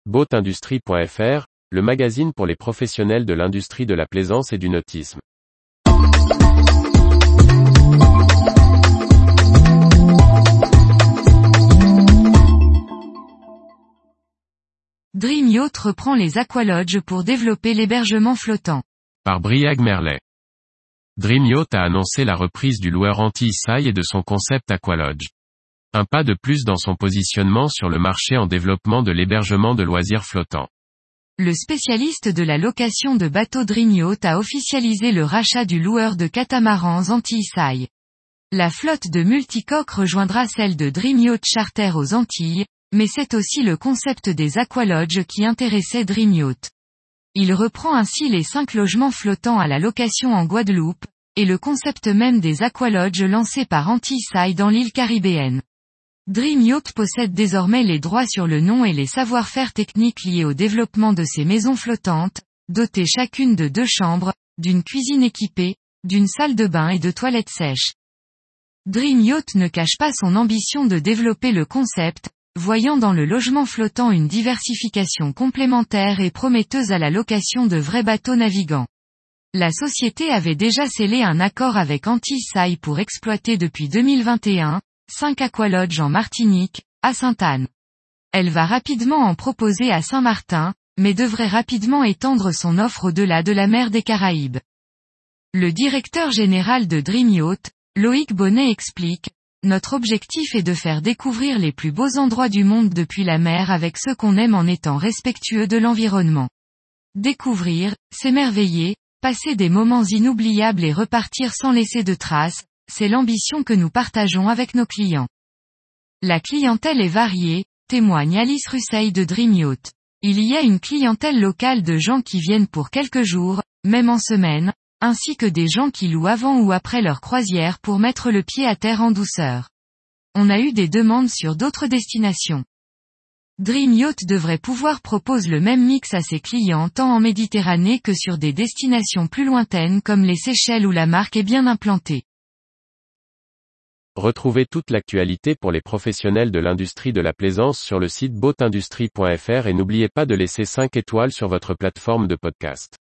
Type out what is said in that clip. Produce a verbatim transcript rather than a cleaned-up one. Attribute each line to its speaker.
Speaker 1: boat industry point f r, le magazine pour les professionnels de l'industrie de la plaisance et du nautisme.
Speaker 2: Dream Yacht reprend les aqualodges pour développer l'hébergement flottant.
Speaker 1: Par Briag Merlet. Dream Yacht a annoncé la reprise du loueur anti-Isai et de son concept Aqualodge. Un pas de plus dans son positionnement sur le marché en développement de l'hébergement de loisirs flottants.
Speaker 2: Le spécialiste de la location de bateaux Dream Yacht a officialisé le rachat du loueur de catamarans anti-Isai. La flotte de multicoques rejoindra celle de Dream Yacht Charter aux Antilles, mais c'est aussi le concept des aqualodges qui intéressait Dream Yacht. Il reprend ainsi les cinq logements flottants à la location en Guadeloupe, et le concept même des aqualodges lancé par Anti-Isai dans l'île caribéenne. Dream Yacht possède désormais les droits sur le nom et les savoir-faire techniques liés au développement de ces maisons flottantes, dotées chacune de deux chambres, d'une cuisine équipée, d'une salle de bain et de toilettes sèches. Dream Yacht ne cache pas son ambition de développer le concept, voyant dans le logement flottant une diversification complémentaire et prometteuse à la location de vrais bateaux navigants. La société avait déjà scellé un accord avec Anti-Isai pour exploiter depuis deux mille vingt et un, cinq aqualodges en Martinique, à Sainte-Anne. Elle va rapidement en proposer à Saint-Martin, mais devrait rapidement étendre son offre au-delà de la mer des Caraïbes. Le directeur général de Dream Yacht, Loïc Bonnet explique: notre objectif est de faire découvrir les plus beaux endroits du monde depuis la mer avec ceux qu'on aime en étant respectueux de l'environnement. Découvrir, s'émerveiller, passer des moments inoubliables et repartir sans laisser de traces, c'est l'ambition que nous partageons avec nos clients. La clientèle est variée, témoigne Alice Russeil de Dream Yacht. Il y a une clientèle locale de gens qui viennent pour quelques jours, même en semaine, ainsi que des gens qui louent avant ou après leur croisière pour mettre le pied à terre en douceur. On a eu des demandes sur d'autres destinations. Dream Yacht devrait pouvoir proposer le même mix à ses clients tant en Méditerranée que sur des destinations plus lointaines comme les Seychelles où la marque est bien implantée.
Speaker 1: Retrouvez toute l'actualité pour les professionnels de l'industrie de la plaisance sur le site boat industry point f r et n'oubliez pas de laisser cinq étoiles sur votre plateforme de podcast.